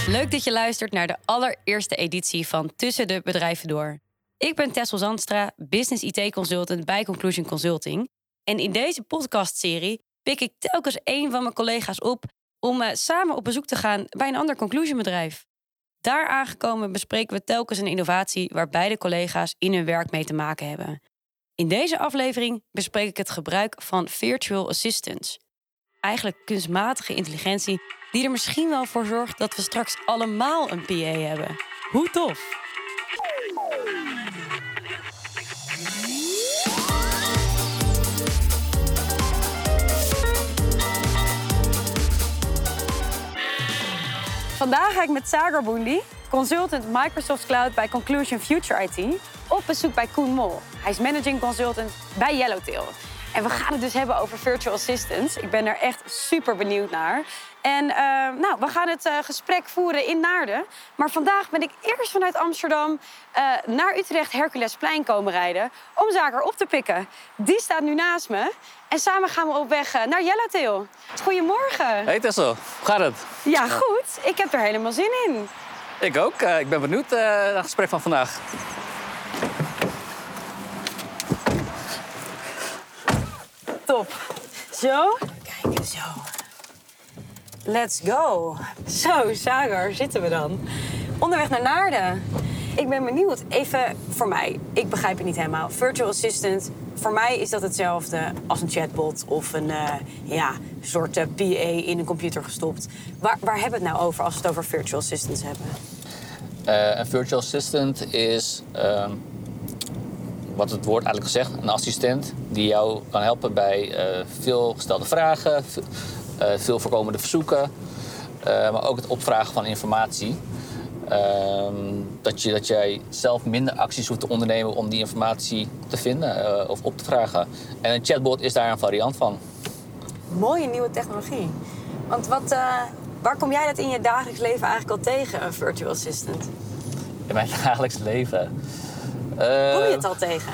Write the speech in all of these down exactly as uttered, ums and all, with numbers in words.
Leuk dat je luistert naar de allereerste editie van Tussen de Bedrijven Door. Ik ben Tessel Zandstra, Business I T-consultant bij Conclusion Consulting. En in deze podcastserie pik ik telkens één van mijn collega's op om uh, samen op bezoek te gaan bij een ander Conclusion-bedrijf. Daar aangekomen bespreken we telkens een innovatie waar beide collega's in hun werk mee te maken hebben. In deze aflevering bespreek ik het gebruik van virtual assistants. Eigenlijk kunstmatige intelligentie die er misschien wel voor zorgt dat we straks allemaal een P A hebben. Hoe tof! Vandaag ga ik met Sagar Boundi, consultant Microsoft Cloud bij Conclusion Future I T, op bezoek bij Koen Mol. Hij is managing consultant bij Yellowtail. En we gaan het dus hebben over virtual assistants. Ik ben er echt super benieuwd naar. En uh, nou, we gaan het uh, gesprek voeren in Naarden. Maar vandaag ben ik eerst vanuit Amsterdam uh, naar Utrecht Herculesplein komen rijden om Sagar op te pikken. Die staat nu naast me. En samen gaan we op weg uh, naar Yellowtail. Goedemorgen. Hey Tessel, hoe gaat het? Ja, goed. Ik heb er helemaal zin in. Ik ook. Uh, ik ben benieuwd uh, naar het gesprek van vandaag. Top. Zo. Kijk, zo. Let's go. Zo, Sagar, zitten we dan. Onderweg naar Naarden. Ik ben benieuwd, even voor mij. Ik begrijp het niet helemaal. Virtual assistant, voor mij is dat hetzelfde als een chatbot of een uh, ja, soort uh, P A in een computer gestopt. Waar, waar hebben we het nou over als we het over virtual assistants hebben? Uh, een virtual assistant is, uh, wat het woord eigenlijk zegt, een assistent die jou kan helpen bij uh, veel gestelde vragen, veel, uh, veel voorkomende verzoeken, uh, maar ook het opvragen van informatie. Uh, dat, je, dat jij zelf minder acties hoeft te ondernemen om die informatie te vinden uh, of op te vragen. En een chatbot is daar een variant van. Mooie nieuwe technologie. Want wat, uh, waar kom jij dat in je dagelijks leven eigenlijk al tegen, een virtual assistant? In mijn dagelijks leven? Uh, Kom je het al tegen?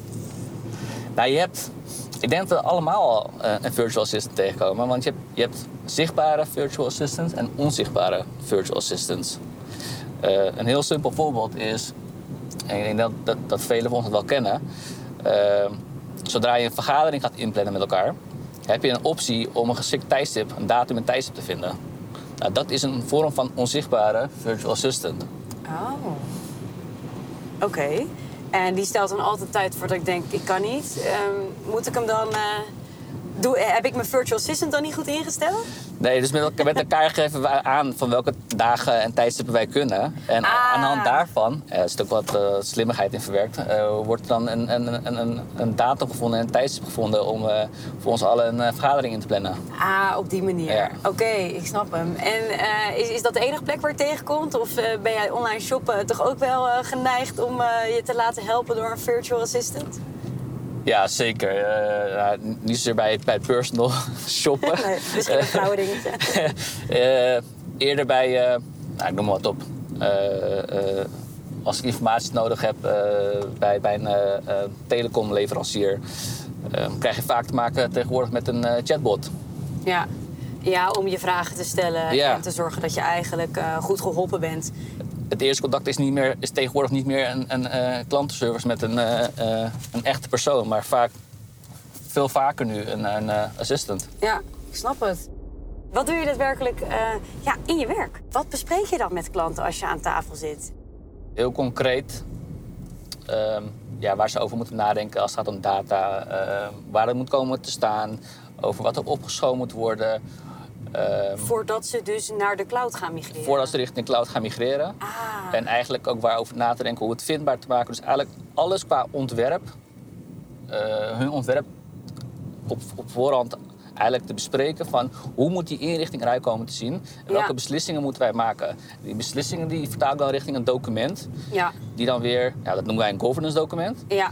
Nou, je hebt... Ik denk dat we allemaal al uh, een virtual assistant tegenkomen. Want je hebt, je hebt zichtbare virtual assistants en onzichtbare virtual assistants. Uh, een heel simpel voorbeeld is... En ik denk dat, dat, dat velen van ons het wel kennen. Uh, zodra je een vergadering gaat inplannen met elkaar... heb je een optie om een geschikt tijdstip, een datum en tijdstip te vinden. Nou, dat is een vorm van onzichtbare virtual assistant. Oh. Oké. Okay. En die stelt dan altijd tijd voor dat ik denk, ik kan niet. Um, moet ik hem dan... Uh, doe, heb ik mijn virtual assistant dan niet goed ingesteld? Nee, dus met, met elkaar geven we aan van welke dagen en tijdstippen wij kunnen. En ah. aan de hand daarvan, er is ook wat uh, slimmigheid in verwerkt... Uh, wordt dan een, een, een, een datum gevonden en een tijdstip gevonden... om uh, voor ons allen een uh, vergadering in te plannen. Ah, op die manier. Ja. Oké, okay, ik snap hem. En uh, is, is dat de enige plek waar je tegenkomt? Of uh, ben jij online shoppen toch ook wel uh, geneigd om uh, je te laten helpen door een virtual assistant? Ja, zeker. Uh, nou, niet zozeer bij, bij personal shoppen. Nee, misschien een flauwe dingetje. uh, eerder bij, uh, nou, ik noem maar wat op. Uh, uh, als ik informatie nodig heb uh, bij, bij een uh, uh, telecomleverancier... Uh, krijg je vaak te maken tegenwoordig met een uh, chatbot. Ja. ja, om je vragen te stellen ja. en te zorgen dat je eigenlijk uh, goed geholpen bent. Het eerste contact is, niet meer, is tegenwoordig niet meer een, een uh, klantenservice met een, uh, uh, een echte persoon, maar vaak, veel vaker nu een, een uh, assistant. Ja, ik snap het. Wat doe je daadwerkelijk uh, ja, in je werk? Wat bespreek je dan met klanten als je aan tafel zit? Heel concreet, uh, ja, waar ze over moeten nadenken als het gaat om data, uh, waar het moet komen te staan, over wat er opgeschoven moet worden. Um, voordat ze dus naar de cloud gaan migreren? Voordat ze richting de cloud gaan migreren. Ah. En eigenlijk ook waarover na te denken hoe het vindbaar te maken. Dus eigenlijk alles qua ontwerp. Uh, hun ontwerp op, op voorhand eigenlijk te bespreken van hoe moet die inrichting eruit komen te zien. En welke ja. beslissingen moeten wij maken. Die beslissingen die vertalen dan richting een document. Ja. Die dan weer, ja, dat noemen wij een governance document. Ja.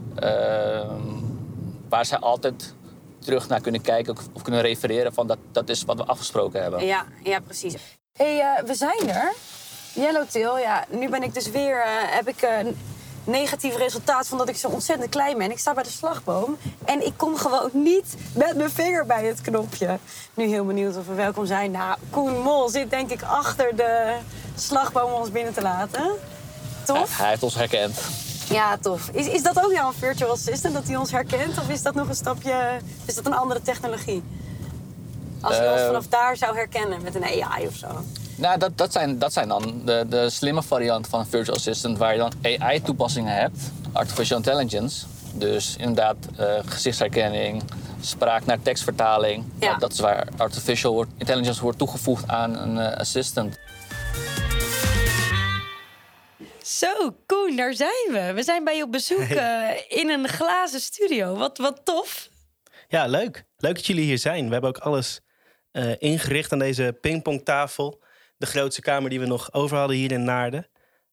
Uh, waar zij altijd terug naar kunnen kijken of kunnen refereren van dat, dat is wat we afgesproken hebben. Ja, ja precies. Hey, uh, we zijn er. Yellowtail, ja, nu ben ik dus weer, uh, heb ik uh, negatief resultaat van dat ik zo ontzettend klein ben. Ik sta bij de slagboom en ik kom gewoon niet met mijn vinger bij het knopje. Nu heel benieuwd of we welkom zijn. Nou, Koen Mol zit denk ik achter de slagboom om ons binnen te laten. Tof. Hij, hij heeft ons herkend. Ja, tof. Is, is dat ook nou een virtual assistant, dat hij ons herkent? Of is dat nog een stapje, is dat een andere technologie? Als hij uh, ons vanaf daar zou herkennen met een A I of zo. Nou, dat, dat, zijn, dat zijn dan de, de slimme varianten van een virtual assistant... waar je dan A I-toepassingen hebt, artificial intelligence. Dus inderdaad uh, gezichtsherkenning, spraak naar tekstvertaling. Ja. Nou, dat is waar artificial intelligence wordt toegevoegd aan een uh, assistant. Zo, Koen, daar zijn we. We zijn bij je op bezoek uh, in een glazen studio. Wat, wat tof. Ja, leuk. Leuk dat jullie hier zijn. We hebben ook alles uh, ingericht aan deze pingpongtafel. De grootste kamer die we nog over hadden hier in Naarden.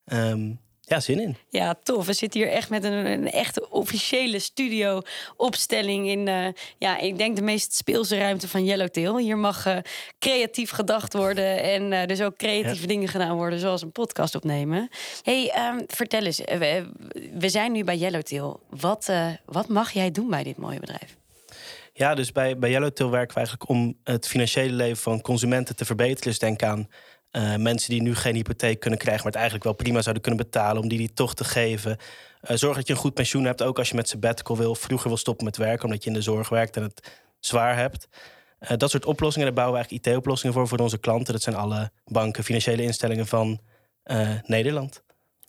Um, ja, zin in. Ja, tof. We zitten hier echt met een, een echte officiële studio-opstelling in, uh, ja, ik denk de meest speelse ruimte van Yellowtail. Hier mag uh, creatief gedacht worden en uh, dus ook creatieve ja. dingen gedaan worden, zoals een podcast opnemen. Hey, um, vertel eens, we, we zijn nu bij Yellowtail. Wat, uh, wat mag jij doen bij dit mooie bedrijf? Ja, dus bij, bij Yellowtail werken we eigenlijk om het financiële leven van consumenten te verbeteren. Dus denk aan uh, mensen die nu geen hypotheek kunnen krijgen, maar het eigenlijk wel prima zouden kunnen betalen, om die die toch te geven. Uh, zorg dat je een goed pensioen hebt, ook als je met sabbatical wil, vroeger wil stoppen met werken, omdat je in de zorg werkt en het zwaar hebt. Uh, dat soort oplossingen, daar bouwen we eigenlijk I T-oplossingen voor voor onze klanten. Dat zijn alle banken, financiële instellingen van uh, Nederland.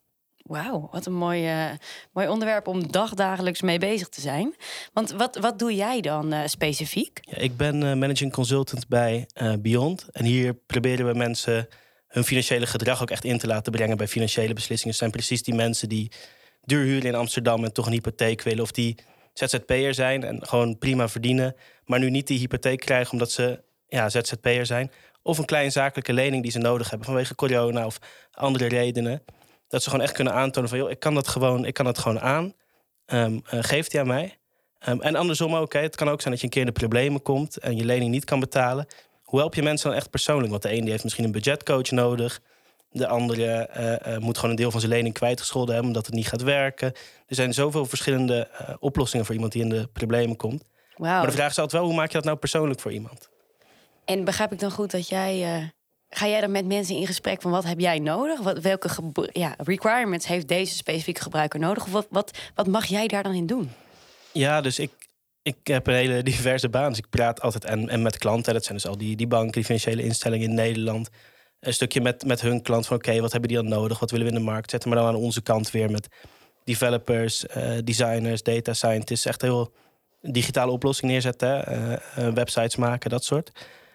Wauw, wat een mooi, uh, mooi onderwerp om dagdagelijks mee bezig te zijn. Want wat, wat doe jij dan uh, specifiek? Ja, ik ben uh, managing consultant bij uh, Beyond. En hier proberen we mensen hun financiële gedrag ook echt in te laten brengen bij financiële beslissingen. Het zijn precies die mensen die duur huren in Amsterdam en toch een hypotheek willen. Of die Z Z P'er zijn en gewoon prima verdienen, maar nu niet die hypotheek krijgen omdat ze ja, Z Z P'er zijn. Of een klein zakelijke lening die ze nodig hebben vanwege corona of andere redenen. Dat ze gewoon echt kunnen aantonen van, joh, ik kan dat gewoon, ik kan dat gewoon aan. Um, uh, geef die aan mij. Um, en andersom ook. Hè. Het kan ook zijn dat je een keer in de problemen komt en je lening niet kan betalen. Hoe help je mensen dan echt persoonlijk? Want de een die heeft misschien een budgetcoach nodig. De andere uh, uh, moet gewoon een deel van zijn lening kwijtgescholden hebben omdat het niet gaat werken. Er zijn zoveel verschillende uh, oplossingen voor iemand die in de problemen komt. Wow. Maar de vraag is altijd wel, hoe maak je dat nou persoonlijk voor iemand? En begrijp ik dan goed dat jij... Uh... Ga jij dan met mensen in gesprek van wat heb jij nodig? Wat, welke gebru- ja, requirements heeft deze specifieke gebruiker nodig? Of wat, wat, wat mag jij daar dan in doen? Ja, dus ik, ik heb een hele diverse baan. Dus ik praat altijd en, en met klanten. Dat zijn dus al die, die banken, die financiële instellingen in Nederland. Een stukje met, met hun klant van oké, okay, wat hebben die dan nodig? Wat willen we in de markt zetten? Maar dan aan onze kant weer met developers, uh, designers, data scientists. Echt heel digitale oplossing neerzetten. Uh, uh, websites maken, dat soort.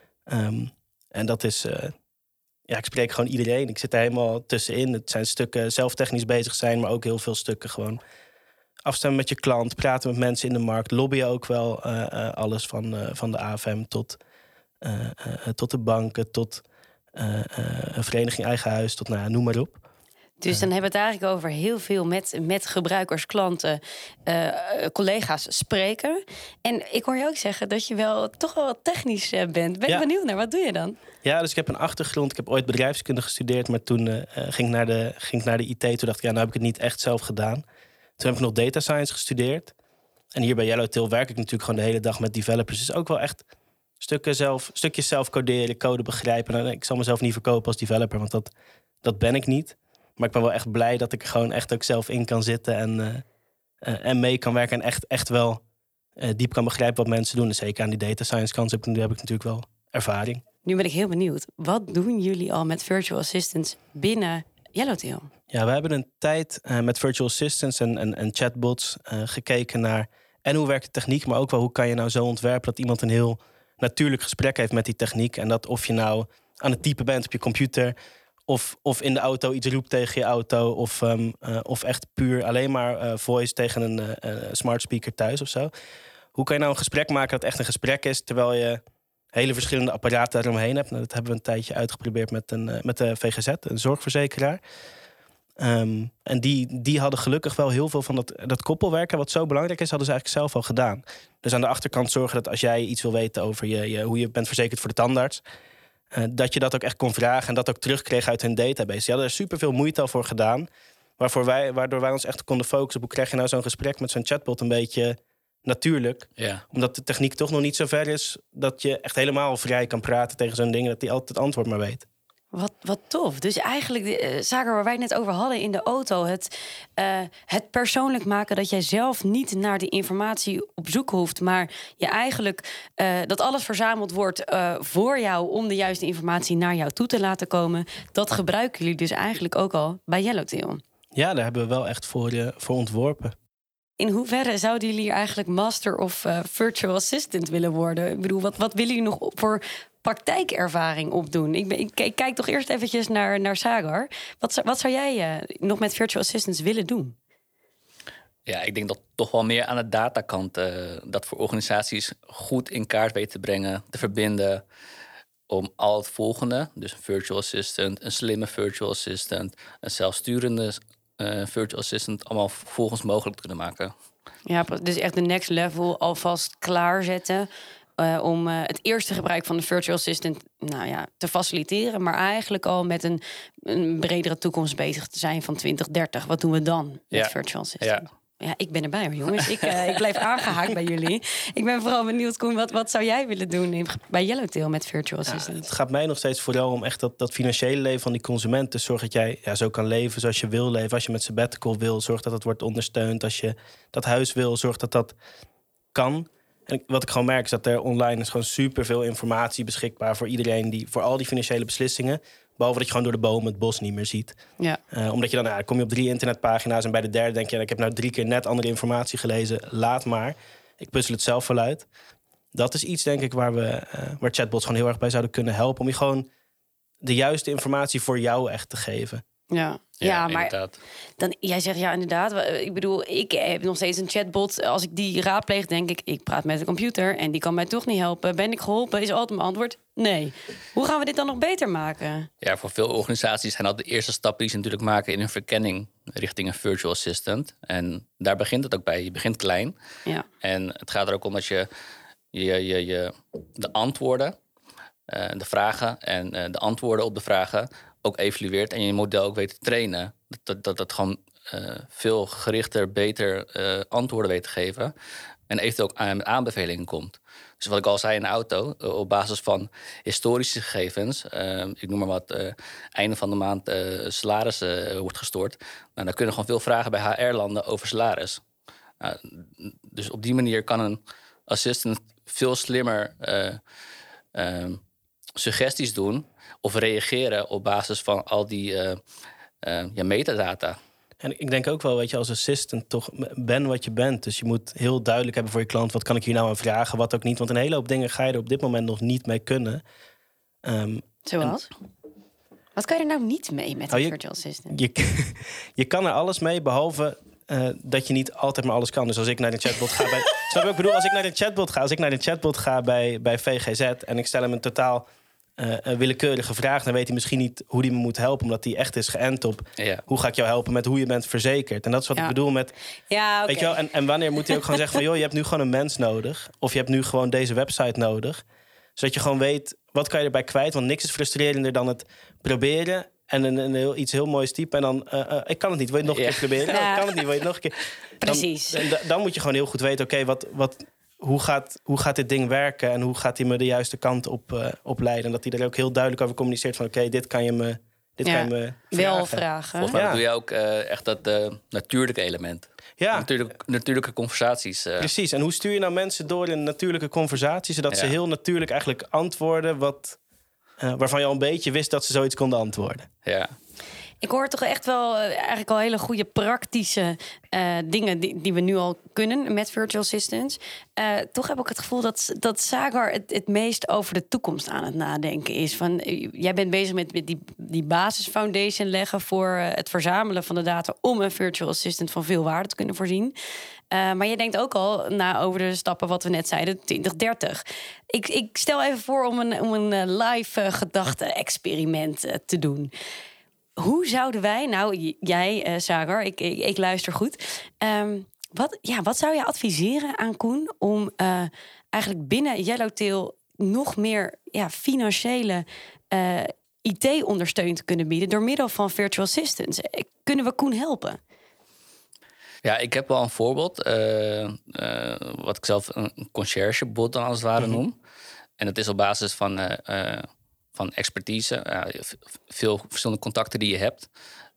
Um, en dat is... Uh, Ja, ik spreek gewoon iedereen. Ik zit er helemaal tussenin. Het zijn stukken zelf technisch bezig zijn, maar ook heel veel stukken gewoon afstemmen met je klant, praten met mensen in de markt, lobbyen ook wel uh, uh, alles van, uh, van de A F M tot, uh, uh, tot de banken, tot uh, uh, een vereniging Eigen Huis, tot nou, noem maar op. Dus dan hebben we het eigenlijk over heel veel met, met gebruikers, klanten, uh, collega's spreken. En ik hoor je ook zeggen dat je wel toch wel wat technisch uh, bent. Ben je ja. benieuwd naar, wat doe je dan? Ja, dus ik heb een achtergrond. Ik heb ooit bedrijfskunde gestudeerd, maar toen uh, ging, ik naar de, ging ik naar de I T. Toen dacht ik, ja, nou heb ik het niet echt zelf gedaan. Toen heb ik nog data science gestudeerd. En hier bij Yellowtail werk ik natuurlijk gewoon de hele dag met developers. Dus ook wel echt stukken zelf, stukjes zelf coderen, code begrijpen. Nou, ik zal mezelf niet verkopen als developer, want dat, dat ben ik niet. Maar ik ben wel echt blij dat ik er gewoon echt ook zelf in kan zitten en, uh, uh, en mee kan werken. En echt, echt wel uh, diep kan begrijpen wat mensen doen. En zeker aan die data science kant heb, heb ik natuurlijk wel ervaring. Nu ben ik heel benieuwd. Wat doen jullie al met virtual assistants binnen Yellowtail? Ja, we hebben een tijd uh, met virtual assistants en, en, en chatbots uh, gekeken naar... en hoe werkt de techniek, maar ook wel hoe kan je nou zo ontwerpen... dat iemand een heel natuurlijk gesprek heeft met die techniek. En dat of je nou aan het typen bent op je computer... Of, of in de auto iets roept tegen je auto. Of, um, uh, of echt puur alleen maar uh, voice tegen een uh, smart speaker thuis of zo. Hoe kan je nou een gesprek maken dat echt een gesprek is... terwijl je hele verschillende apparaten daaromheen hebt? Nou, dat hebben we een tijdje uitgeprobeerd met, een, uh, met de V G Z, een zorgverzekeraar. Um, en die, die hadden gelukkig wel heel veel van dat, dat koppelwerken... wat zo belangrijk is, hadden ze eigenlijk zelf al gedaan. Dus aan de achterkant zorgen dat als jij iets wil weten over je, je, hoe je bent verzekerd voor de tandarts... Uh, dat je dat ook echt kon vragen en dat ook terugkreeg uit hun database. Die hadden er superveel moeite al voor gedaan. Waarvoor wij, waardoor wij ons echt konden focussen op hoe krijg je nou zo'n gesprek met zo'n chatbot een beetje natuurlijk. Ja. Omdat de techniek toch nog niet zo ver is dat je echt helemaal vrij kan praten tegen zo'n ding, dat die altijd het antwoord maar weet. Wat, wat tof. Dus eigenlijk de uh, zaken waar wij het net over hadden in de auto. Het, uh, het persoonlijk maken dat jij zelf niet naar die informatie op zoek hoeft. Maar je eigenlijk uh, dat alles verzameld wordt uh, voor jou om de juiste informatie naar jou toe te laten komen. Dat gebruiken jullie dus eigenlijk ook al bij Yellowtail. Ja, daar hebben we wel echt voor, uh, voor ontworpen. In hoeverre zouden jullie eigenlijk master of uh, virtual assistant willen worden? Ik bedoel, wat, wat willen jullie nog voor praktijkervaring opdoen? Ik, ben, ik, ik kijk toch eerst eventjes naar, naar Sagar. Wat, wat zou jij uh, nog met virtual assistants willen doen? Ja, ik denk dat toch wel meer aan de datakant. Uh, dat voor organisaties goed in kaart weten te brengen, te verbinden. Om al het volgende, dus een virtual assistant, een slimme virtual assistant, een zelfsturende uh, virtual assistant, allemaal volgens mogelijk te kunnen maken. Ja, dus echt de next level alvast klaarzetten. Uh, om uh, het eerste gebruik van de virtual assistant nou ja, te faciliteren. Maar eigenlijk al met een, een bredere toekomst bezig te zijn van twintig dertig. Wat doen we dan met ja. virtual assistant? Ja. Ja, ik ben erbij hoor, jongens. Ik, uh, ik blijf aangehaakt bij jullie. Ik ben vooral benieuwd, Koen, wat, wat zou jij willen doen in, bij Yellowtail met virtual assistant? Ja, het gaat mij nog steeds vooral om echt dat, dat financiële leven van die consument. Dus zorg dat jij ja, zo kan leven zoals je wil leven. Als je met sabbatical wil, zorg dat dat wordt ondersteund. Als je dat huis wil, zorg dat dat kan. En wat ik gewoon merk is dat er online is gewoon superveel informatie beschikbaar voor iedereen, die voor al die financiële beslissingen. Behalve dat je gewoon door de bomen het bos niet meer ziet. Ja. Uh, omdat je dan, ja, kom je op drie internetpagina's en bij de derde denk je, ik heb nou drie keer net andere informatie gelezen. Laat maar. Ik puzzel het zelf wel uit. Dat is iets, denk ik, waar we uh, waar chatbots gewoon heel erg bij zouden kunnen helpen. Om je gewoon de juiste informatie voor jou echt te geven. Ja, ja, Ja, maar inderdaad. dan, jij zegt ja, inderdaad. Ik bedoel, ik heb nog steeds een chatbot. Als ik die raadpleeg, denk ik, ik praat met de computer en die kan mij toch niet helpen. Ben ik geholpen? Is altijd mijn antwoord nee. Hoe gaan we dit dan nog beter maken? Ja, voor veel organisaties zijn dat de eerste stap die ze natuurlijk maken in hun verkenning richting een virtual assistant. En daar begint het ook bij. Je begint klein. Ja. En het gaat er ook om dat je, je, je, je de antwoorden, uh, de vragen en uh, de antwoorden op de vragen ook evalueert en je model ook weet te trainen. Dat dat, dat gewoon uh, veel gerichter, beter uh, antwoorden weet te geven. En eventueel ook aan, met aanbevelingen komt. Dus wat ik al zei in de auto, uh, op basis van historische gegevens, uh, ik noem maar wat, uh, einde van de maand uh, salaris uh, wordt gestort. Nou, dan kunnen gewoon veel vragen bij H R-landen over salaris. Uh, dus op die manier kan een assistant veel slimmer uh, uh, suggesties doen of reageren op basis van al die uh, uh, ja, metadata. En ik denk ook wel, weet je, als assistant toch ben wat je bent. Dus je moet heel duidelijk hebben voor je klant, wat kan ik hier nou aan vragen, wat ook niet. Want een hele hoop dingen ga je er op dit moment nog niet mee kunnen. Um, Zoals? En, wat kan je er nou niet mee met een oh, je, virtual assistant? Je, je kan er alles mee, behalve uh, dat je niet altijd maar alles kan. Dus als ik naar de chatbot ga bij... snap je, ik bedoel, als ik naar de chatbot ga, als ik naar de chatbot ga bij, bij V G Z en ik stel hem een totaal Uh, een willekeurige vraag, dan weet hij misschien niet hoe hij me moet helpen, omdat hij echt is geënt op ja. hoe ga ik jou helpen met hoe je bent verzekerd. En dat is wat ja. ik bedoel met ja, okay. weet je wel, en, en wanneer moet hij ook gewoon zeggen van joh, je hebt nu gewoon een mens nodig, of je hebt nu gewoon deze website nodig, zodat je gewoon weet wat kan je erbij kwijt, want niks is frustrerender dan het proberen en een, een heel, iets heel moois typen en dan uh, uh, ik kan het niet, wil je het nog een ja. keer proberen? Ja. Oh, ik kan het niet, wil je het nog een keer? Precies. Dan, dan, dan moet je gewoon heel goed weten, oké, okay, wat wat Hoe gaat, hoe gaat dit ding werken en hoe gaat hij me de juiste kant op, uh, op leiden? En dat hij er ook heel duidelijk over communiceert van oké, okay, dit kan je me, dit ja, kan je me wel vragen. vragen. Volgens mij ja. doe je ook uh, echt dat uh, natuurlijke element. Ja. Natuurlijk, natuurlijke conversaties. Uh. Precies. En hoe stuur je nou mensen door in natuurlijke conversatie, zodat ja. ze heel natuurlijk eigenlijk antwoorden wat, uh, waarvan je al een beetje wist dat ze zoiets konden antwoorden? Ja. Ik hoor toch echt wel uh, eigenlijk al hele goede praktische uh, dingen die, die we nu al kunnen met virtual assistants. Uh, toch heb ik het gevoel dat, dat Sagar het, het meest over de toekomst aan het nadenken is. Van, uh, jij bent bezig met, met die, die basisfoundation leggen voor uh, het verzamelen van de data om een virtual assistant van veel waarde te kunnen voorzien. Uh, maar je denkt ook al na over de stappen wat we net zeiden, twintig dertig. Ik, ik stel even voor om een, om een uh, live uh, gedachte-experiment uh, te doen. Hoe zouden wij, nou jij uh, Sagar, ik, ik, ik luister goed. Um, wat, ja, wat zou je adviseren aan Koen om uh, eigenlijk binnen Yellowtail nog meer ja, financiële uh, I T-ondersteund kunnen bieden door middel van virtual assistants. Kunnen we Koen helpen? Ja, ik heb wel een voorbeeld. Uh, uh, wat ik zelf een conciërgebot dan als het ware mm-hmm. noem. En dat is op basis van, uh, uh, van expertise. Uh, veel verschillende contacten die je hebt.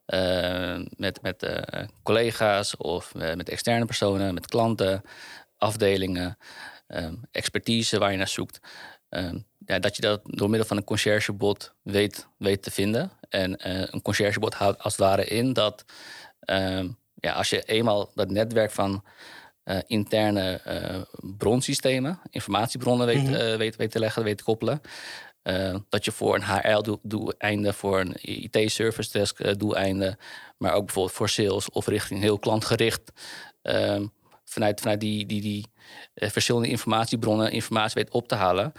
Uh, met met uh, collega's of uh, met externe personen, met klanten, afdelingen. Uh, expertise waar je naar zoekt. Uh, ja, dat je dat door middel van een conciërgebot weet, weet te vinden. En uh, een conciërgebot houdt als het ware in dat... Uh, Ja, als je eenmaal dat netwerk van uh, interne uh, bronsystemen, informatiebronnen weet, mm-hmm. uh, weet, weet te leggen, weet te koppelen. Uh, dat je voor een H R-doeleinde, voor een I T-service desk uh, doeleinde, maar ook bijvoorbeeld voor sales of richting heel klantgericht, uh, vanuit, vanuit die, die, die uh, verschillende informatiebronnen informatie weet op te halen.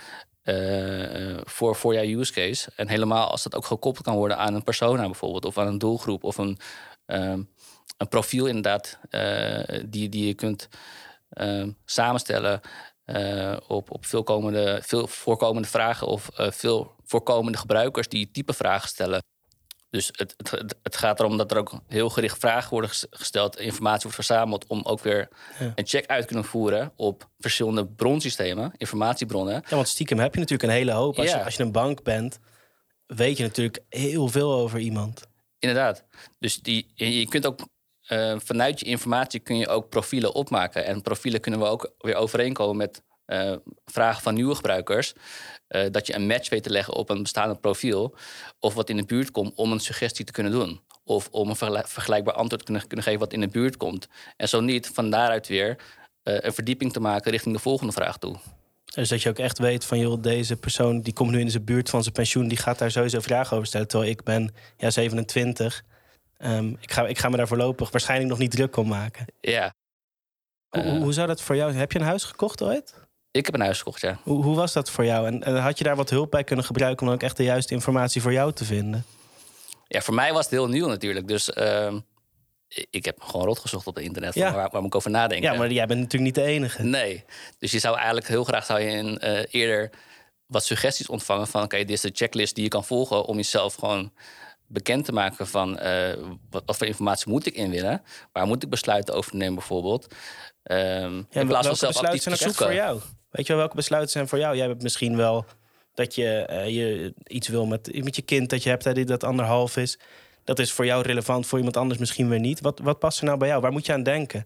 Uh, voor, voor jouw use case. En helemaal als dat ook gekoppeld kan worden aan een persona bijvoorbeeld, of aan een doelgroep of een... Uh, Een profiel inderdaad uh, die, die je kunt uh, samenstellen uh, op, op veel, komende, veel voorkomende vragen of uh, veel voorkomende gebruikers die type vragen stellen. Dus het, het, het gaat erom dat er ook heel gericht vragen worden gesteld, informatie wordt verzameld om ook weer ja. een check uit te kunnen voeren op verschillende bronsystemen, informatiebronnen. Ja, want stiekem heb je natuurlijk een hele hoop. Als, ja. je, als je een bank bent, weet je natuurlijk heel veel over iemand. Inderdaad. Dus die, je kunt ook uh, vanuit je informatie kun je ook profielen opmaken. En profielen kunnen we ook weer overeenkomen met uh, vragen van nieuwe gebruikers. Uh, dat je een match weet te leggen op een bestaande profiel. Of wat in de buurt komt om een suggestie te kunnen doen. Of om een vergelijk, vergelijkbaar antwoord te kunnen, kunnen geven wat in de buurt komt. En zo niet, van daaruit weer uh, een verdieping te maken richting de volgende vraag toe. Dus dat je ook echt weet van, joh, deze persoon die komt nu in zijn buurt van zijn pensioen, die gaat daar sowieso vragen over stellen. Terwijl ik ben ja, zevenentwintig. Um, ik, ga, ik ga me daar voorlopig waarschijnlijk nog niet druk om maken. Ja. Hoe, uh, hoe zou dat voor jou zijn? Heb je een huis gekocht ooit? Ik heb een huis gekocht, ja. Hoe, hoe was dat voor jou? En, en had je daar wat hulp bij kunnen gebruiken om dan ook echt de juiste informatie voor jou te vinden? Ja, voor mij was het heel nieuw natuurlijk. Dus uh, ik heb gewoon rot gezocht op het internet. Ja. Waar, waar moet ik over nadenken? Ja, maar jij bent natuurlijk niet de enige. Nee. Dus je zou eigenlijk heel graag zou je in, uh, eerder wat suggesties ontvangen van, oké, okay, dit is de checklist die je kan volgen om jezelf gewoon bekend te maken van uh, wat, wat voor informatie moet ik inwinnen? Waar moet ik besluiten over nemen bijvoorbeeld? Um, ja, in plaats van zelf zelf actief te zoeken. Voor jou? Weet je wel, welke besluiten zijn voor jou? Jij hebt misschien wel dat je, uh, je iets wil met, met je kind dat je hebt, die dat anderhalf is. Dat is voor jou relevant, voor iemand anders misschien weer niet. Wat, wat past er nou bij jou? Waar moet je aan denken?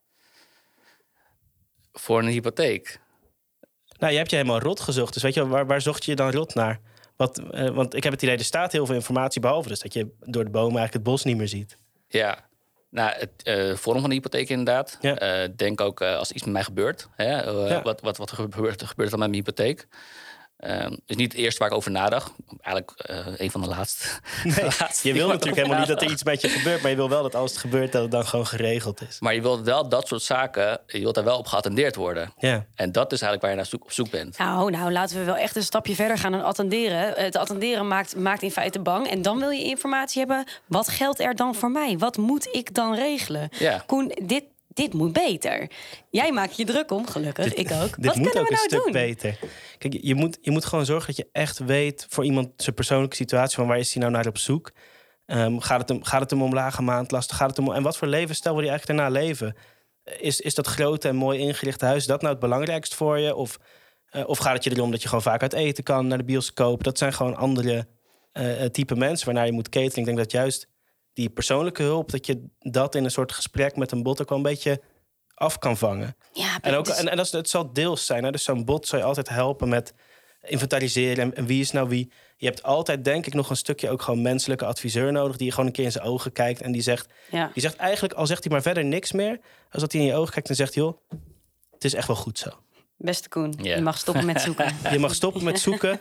Voor een hypotheek. Nou, je hebt je helemaal rot gezocht. Dus weet je, waar, waar zocht je dan rot naar? Wat, uh, want ik heb het idee, er staat heel veel informatie, behalve dus dat je door de bomen eigenlijk het bos niet meer ziet. Ja, nou, het uh, vorm van de hypotheek inderdaad. Ja. Uh, denk ook uh, als iets met mij gebeurt. Hè, uh, ja. Wat, wat, wat er gebeurt, gebeurt dan met mijn hypotheek? Uh, is niet het eerste waar ik over nadacht. Eigenlijk uh, een van de laatste. Nee, laatste je wil natuurlijk helemaal niet dat er iets met je gebeurt, maar je wil wel dat als het gebeurt, dat het dan gewoon geregeld is. Maar je wilt wel dat soort zaken, je wilt daar wel op geattendeerd worden. Ja. En dat is eigenlijk waar je naar zoek, op zoek bent. Nou, nou, laten we wel echt een stapje verder gaan dan attenderen. Het attenderen maakt, maakt in feite bang. En dan wil je informatie hebben. Wat geldt er dan voor mij? Wat moet ik dan regelen? Ja. Koen, dit, dit moet beter. Jij maakt je druk om, gelukkig. Dit, ik ook. Dit Wat moet kunnen ook we nou een stuk doen? beter. Kijk, je moet, je moet gewoon zorgen dat je echt weet voor iemand zijn persoonlijke situatie, van waar is hij nou naar op zoek? Um, gaat, het hem, gaat het hem om lage maandlasten? Gaat het hem om, en wat voor levensstijl wil je eigenlijk daarna leven? Is, is dat grote en mooi ingerichte huis dat nou het belangrijkst voor je? Of, uh, of gaat het je erom dat je gewoon vaak uit eten kan, naar de bioscoop? Dat zijn gewoon andere uh, type mensen waarnaar je moet cateren. Ik denk dat juist die persoonlijke hulp, dat je dat in een soort gesprek met een bot ook wel een beetje af kan vangen. Ja, en ook, dus... en, en dat is, het zal deels zijn. Hè? Dus zo'n bot zal je altijd helpen met inventariseren. En, en wie is nou wie? Je hebt altijd, denk ik, nog een stukje ook gewoon menselijke adviseur nodig, die je gewoon een keer in zijn ogen kijkt en die zegt, ja. die zegt eigenlijk, al zegt hij maar verder niks meer, als dat hij in je ogen kijkt en zegt, joh, het is echt wel goed zo. Beste Koen, yeah. je mag stoppen met zoeken. Je mag stoppen met zoeken.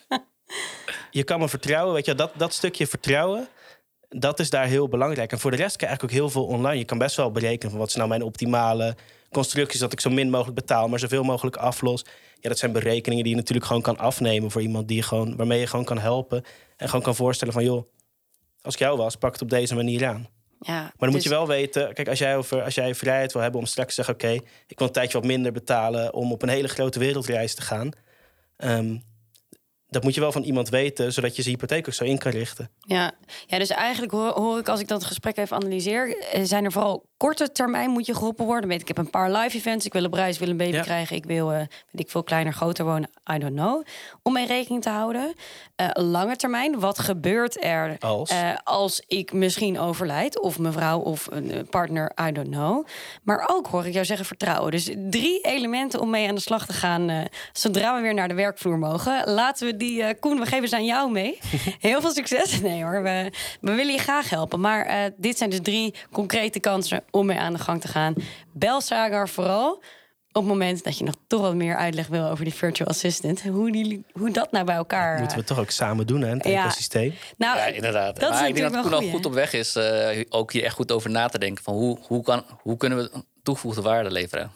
Je kan me vertrouwen, weet je, dat, dat stukje vertrouwen, dat is daar heel belangrijk. En voor de rest kan je eigenlijk ook heel veel online. Je kan best wel berekenen van wat is nou mijn optimale constructies, dat ik zo min mogelijk betaal, maar zoveel mogelijk aflos. Ja, dat zijn berekeningen die je natuurlijk gewoon kan afnemen voor iemand die je gewoon, waarmee je gewoon kan helpen. En gewoon kan voorstellen van, joh, als ik jou was, pak het op deze manier aan. Ja, maar dan dus moet je wel weten, kijk, als jij, over, als jij vrijheid wil hebben om straks te zeggen, oké, okay, ik wil een tijdje wat minder betalen om op een hele grote wereldreis te gaan. Um, dat moet je wel van iemand weten, zodat je zijn hypotheek ook zo in kan richten. Ja, ja dus eigenlijk hoor, hoor ik, als ik dat gesprek even analyseer, zijn er vooral korte termijn moet je geholpen worden. Weet ik heb een paar live events, ik wil een bruis, ik wil een baby ja. krijgen, ik wil, uh, weet ik veel kleiner, groter wonen, I don't know. Om mee rekening te houden. Uh, lange termijn, wat gebeurt er als? Uh, als ik misschien overlijd, of mevrouw of een partner, I don't know. Maar ook hoor ik jou zeggen vertrouwen. Dus drie elementen om mee aan de slag te gaan, uh, zodra we weer naar de werkvloer mogen. Laten we die, uh, Koen, we geven ze aan jou mee. Heel veel succes. Nee hoor, we, we willen je graag helpen. Maar uh, dit zijn dus drie concrete kansen om mee aan de gang te gaan. Bel Sagar vooral op het moment dat je nog toch wat meer uitleg wil over die virtual assistant. Hoe, die, hoe dat nou bij elkaar... Dat moeten we toch ook samen doen, hè, het ja. ecosysteem. Nou, ja, inderdaad. Dat maar ik denk dat Koen al goed op weg is uh, ook hier echt goed over na te denken. Van hoe, hoe, kan, hoe kunnen we toegevoegde waarde leveren?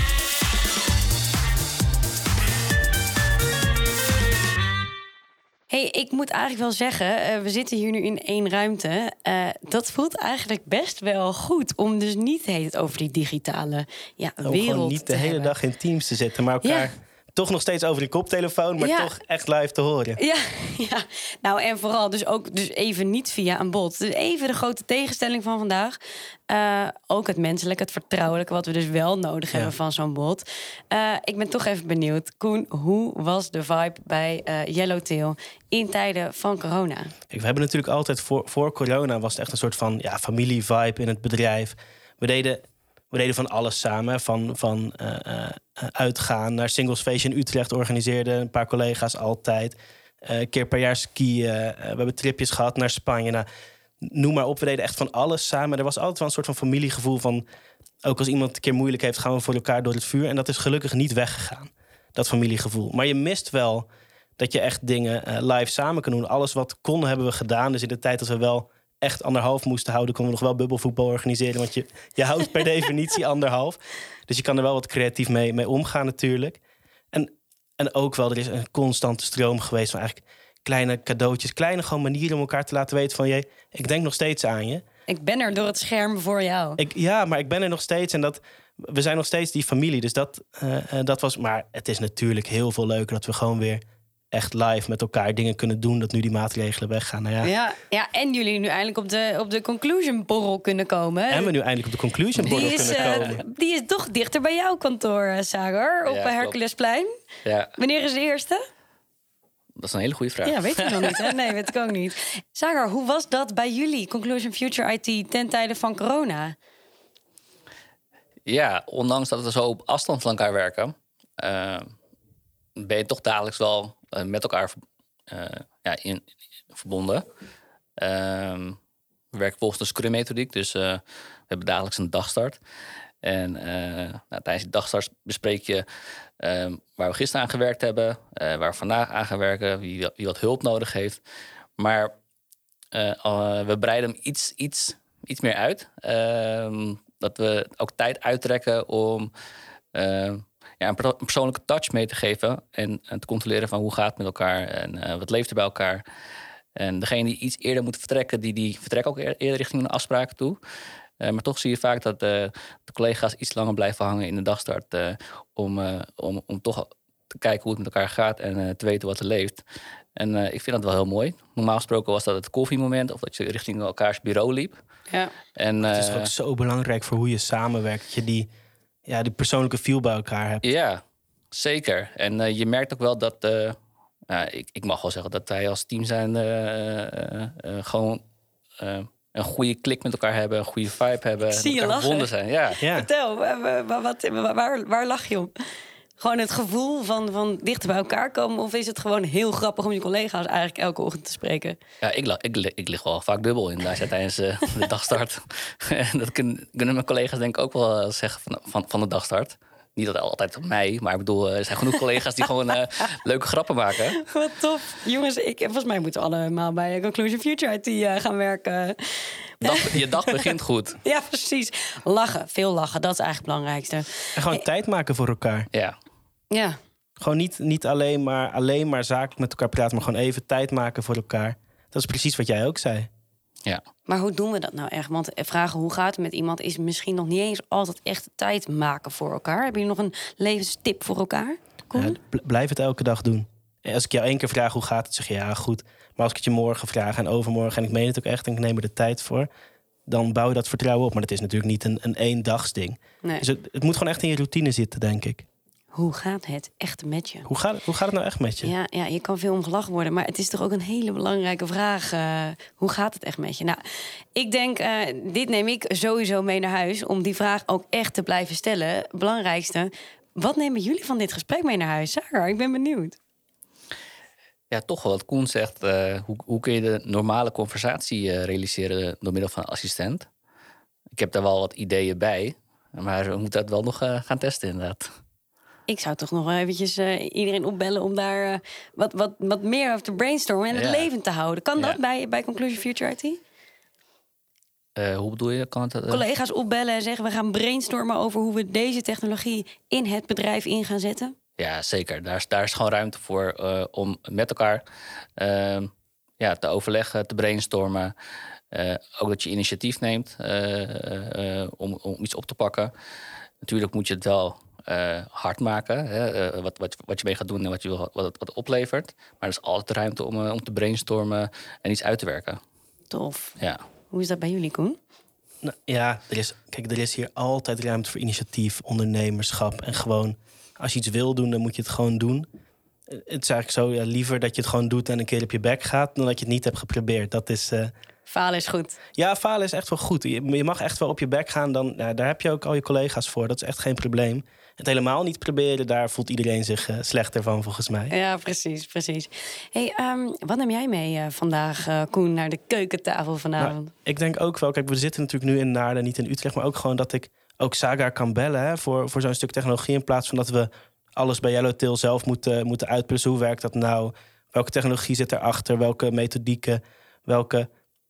Hey, ik moet eigenlijk wel zeggen, uh, we zitten hier nu in één ruimte. Uh, dat voelt eigenlijk best wel goed om dus niet heet over die digitale ja, om wereld gewoon niet de hele hebben. dag in Teams te zitten, maar elkaar... Ja. Toch nog steeds over die koptelefoon, maar ja. toch echt live te horen. Ja, ja, nou en vooral dus ook dus even niet via een bot. Dus even de grote tegenstelling van vandaag. Uh, ook het menselijke, het vertrouwelijke, wat we dus wel nodig ja. hebben van zo'n bot. Uh, ik ben toch even benieuwd, Koen, hoe was de vibe bij uh, Yellowtail in tijden van corona? Kijk, we hebben natuurlijk altijd voor, voor corona was het echt een soort van ja, familie-vibe in het bedrijf. We deden... We deden van alles samen. Van, van uh, uh, uitgaan naar singlesfeestje in Utrecht organiseerden. Een paar collega's altijd. Uh, een keer per jaar skiën. Uh, we hebben tripjes gehad naar Spanje. Nou, noem maar op, we deden echt van alles samen. Er was altijd wel een soort van familiegevoel van... ook als iemand een keer moeilijk heeft, gaan we voor elkaar door het vuur. En dat is gelukkig niet weggegaan, dat familiegevoel. Maar je mist wel dat je echt dingen uh, live samen kan doen. Alles wat kon, hebben we gedaan. Dus in de tijd dat we wel... echt anderhalf moesten houden, konden we nog wel bubbelvoetbal organiseren. Want je, je houdt per definitie anderhalf. Dus je kan er wel wat creatief mee, mee omgaan natuurlijk. En, en ook wel, er is een constante stroom geweest van eigenlijk kleine cadeautjes. Kleine gewoon manieren om elkaar te laten weten van... Jee, ik denk nog steeds aan je. Ik ben er door het scherm voor jou. Ik, ja, maar ik ben er nog steeds. En dat, we zijn nog steeds die familie. Dus dat, uh, dat was... Maar het is natuurlijk heel veel leuker dat we gewoon weer... echt live met elkaar dingen kunnen doen... dat nu die maatregelen weggaan. Nou ja. Ja, ja, en jullie nu eindelijk op de, op de conclusion borrel kunnen komen. En we nu eindelijk op de conclusion borrel die is, kunnen komen. Uh, die is toch dichter bij jouw kantoor, uh, Sagar, op ja, Herculesplein. Ja. Wanneer is de eerste? Dat is een hele goede vraag. Ja, weet ik nog niet, hè? Nee, weet ik ook niet. Sagar, hoe was dat bij jullie, Conclusion Future I T... ten tijde van corona? Ja, ondanks dat we zo op afstand van elkaar werken... Uh, ben je toch dagelijks wel... met elkaar uh, ja, in, in, verbonden. Um, we werken volgens de Scrum-methodiek, dus uh, we hebben dagelijks een dagstart. En uh, nou, tijdens die dagstart bespreek je um, waar we gisteren aan gewerkt hebben... Uh, waar we vandaag aan gaan werken, wie, wie wat hulp nodig heeft. Maar uh, uh, we breiden hem iets, iets, iets meer uit. Uh, dat we ook tijd uittrekken om... Uh, Ja, een, een persoonlijke touch mee te geven en, en te controleren van hoe gaat het met elkaar en uh, wat leeft er bij elkaar. En degene die iets eerder moet vertrekken, die, die vertrekken ook eerder richting een afspraak toe. Uh, maar toch zie je vaak dat uh, de collega's iets langer blijven hangen in de dagstart uh, om, uh, om, om toch te kijken hoe het met elkaar gaat en uh, te weten wat er leeft. En uh, ik vind dat wel heel mooi. Normaal gesproken was dat het koffiemoment of dat je richting elkaars bureau liep. Ja. En, uh, het is ook zo belangrijk voor hoe je samenwerkt, dat je die... Ja, die persoonlijke feel bij elkaar hebt. Ja, zeker. En uh, je merkt ook wel dat... Uh, uh, ik, ik mag wel zeggen dat wij als team zijn... Uh, uh, uh, gewoon uh, een goede klik met elkaar hebben. Een goede vibe hebben. Ik zie je lachen. Verbonden zijn. Ja. Ja. Vertel, waar, wat, waar, waar lach je om? Gewoon het gevoel van, van dichter bij elkaar komen? Of is het gewoon heel grappig om je collega's eigenlijk elke ochtend te spreken? Ja, ik, lag, ik, ik lig wel vaak dubbel in. Daar zit tijdens uh, de dagstart. En dat kunnen, kunnen mijn collega's denk ik ook wel zeggen van, van, van de dagstart. Niet dat altijd op mij, maar ik bedoel, er zijn genoeg collega's die gewoon uh, leuke grappen maken. Wat tof. Jongens, ik, volgens mij moeten we allemaal bij Conclusion Future I T uh, gaan werken. Dag, je dag begint goed. Ja, precies. Lachen, veel lachen, dat is eigenlijk het belangrijkste. En gewoon hey. tijd maken voor elkaar. Ja. Ja. Gewoon niet, niet alleen, maar, alleen maar zakelijk met elkaar praten, maar gewoon even tijd maken voor elkaar. Dat is precies wat jij ook zei. Ja. Maar hoe doen we dat nou echt? Want vragen hoe gaat het met iemand is misschien nog niet eens altijd echt tijd maken voor elkaar. Heb je nog een levenstip voor elkaar? Ja, blijf het elke dag doen. Als ik jou één keer vraag hoe gaat het, zeg je ja, goed. Maar als ik het je morgen vraag en overmorgen... en ik meen het ook echt en ik neem er de tijd voor... dan bouw je dat vertrouwen op. Maar dat is natuurlijk niet een, een eendagsding. Nee. Dus het, het moet gewoon echt in je routine zitten, denk ik. Hoe gaat het echt met je? Hoe gaat, het, hoe gaat het nou echt met je? Ja, ja, je kan veel om gelachen worden, maar het is toch ook een hele belangrijke vraag. Uh, hoe gaat het echt met je? Nou, ik denk, uh, dit neem ik sowieso mee naar huis... om die vraag ook echt te blijven stellen. Belangrijkste, wat nemen jullie van dit gesprek mee naar huis? Sagar, ik ben benieuwd. Ja, toch wel wat Koen zegt. Uh, hoe, hoe kun je de normale conversatie uh, realiseren door middel van een assistent? Ik heb daar wel wat ideeën bij, maar we moeten dat wel nog uh, gaan testen inderdaad. Ik zou toch nog wel eventjes uh, iedereen opbellen om daar uh, wat, wat, wat meer over te brainstormen en het ja. levend te houden. Kan dat ja. bij, bij Conclusion Future I T? Uh, hoe bedoel je? Kan het, uh... Collega's opbellen en zeggen we gaan brainstormen over hoe we deze technologie in het bedrijf in gaan zetten? Ja, zeker. Daar is, daar is gewoon ruimte voor uh, om met elkaar uh, ja, te overleggen, te brainstormen. Uh, ook dat je initiatief neemt uh, uh, om, om iets op te pakken. Natuurlijk moet je het wel uh, hard maken. Hè, uh, wat, wat, wat je mee gaat doen en wat, je wil, wat, het, wat het oplevert. Maar er is altijd ruimte om, uh, om te brainstormen en iets uit te werken. Tof. Ja. Hoe is dat bij jullie, Koen? Nou, ja, er is, kijk, er is hier altijd ruimte voor initiatief, ondernemerschap. En gewoon, als je iets wil doen, dan moet je het gewoon doen. Het is eigenlijk zo, ja, liever dat je het gewoon doet en een keer op je bek gaat... dan dat je het niet hebt geprobeerd. Dat is... Uh... Falen is goed. Ja, falen is echt wel goed. Je, je mag echt wel op je bek gaan. Dan, nou, daar heb je ook al je collega's voor. Dat is echt geen probleem. Het helemaal niet proberen, daar voelt iedereen zich uh, slechter van, volgens mij. Ja, precies, precies. Hey, um, wat neem jij mee uh, vandaag, uh, Koen, naar de keukentafel vanavond? Nou, ik denk ook wel, kijk, we zitten natuurlijk nu in Naarden, niet in Utrecht... maar ook gewoon dat ik ook Sagar kan bellen hè, voor, voor zo'n stuk technologie... in plaats van dat we alles bij Yellowtail zelf moeten, moeten uitplussen. Hoe werkt dat nou? Welke technologie zit erachter? Welke methodieken? Welke...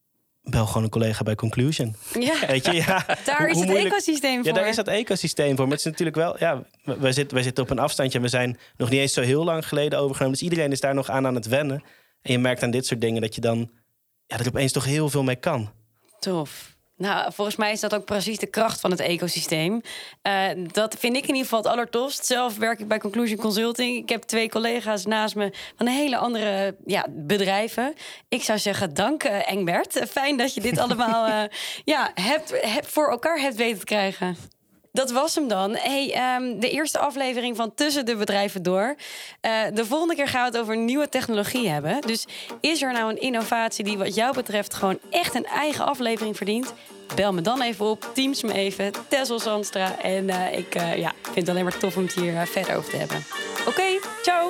Bel gewoon een collega bij Conclusion. Ja, weet je, ja. Daar hoe, is het moeilijk... ecosysteem voor. Ja, daar is dat ecosysteem voor. Maar het is natuurlijk wel... Ja, wij, zitten, wij zitten op een afstandje... en we zijn nog niet eens zo heel lang geleden overgenomen. Dus iedereen is daar nog aan aan het wennen. En je merkt aan dit soort dingen dat je dan... ja, er opeens toch heel veel mee kan. Tof. Nou, volgens mij is dat ook precies de kracht van het ecosysteem. Uh, dat vind ik in ieder geval het allertofst. Zelf werk ik bij Conclusion Consulting. Ik heb twee collega's naast me van hele andere ja, bedrijven. Ik zou zeggen, dank uh, Engbert. Fijn dat je dit allemaal uh, ja, hebt, hebt voor elkaar hebt weten te krijgen. Dat was hem dan. Hey, um, de eerste aflevering van Tussen de Bedrijven Door. Uh, de volgende keer gaan we het over nieuwe technologie hebben. Dus is er nou een innovatie die wat jou betreft gewoon echt een eigen aflevering verdient? Bel me dan even op, teams me even, Tessel Zandstra. En uh, ik uh, ja, vind het alleen maar tof om het hier uh, verder over te hebben. Oké, okay, ciao!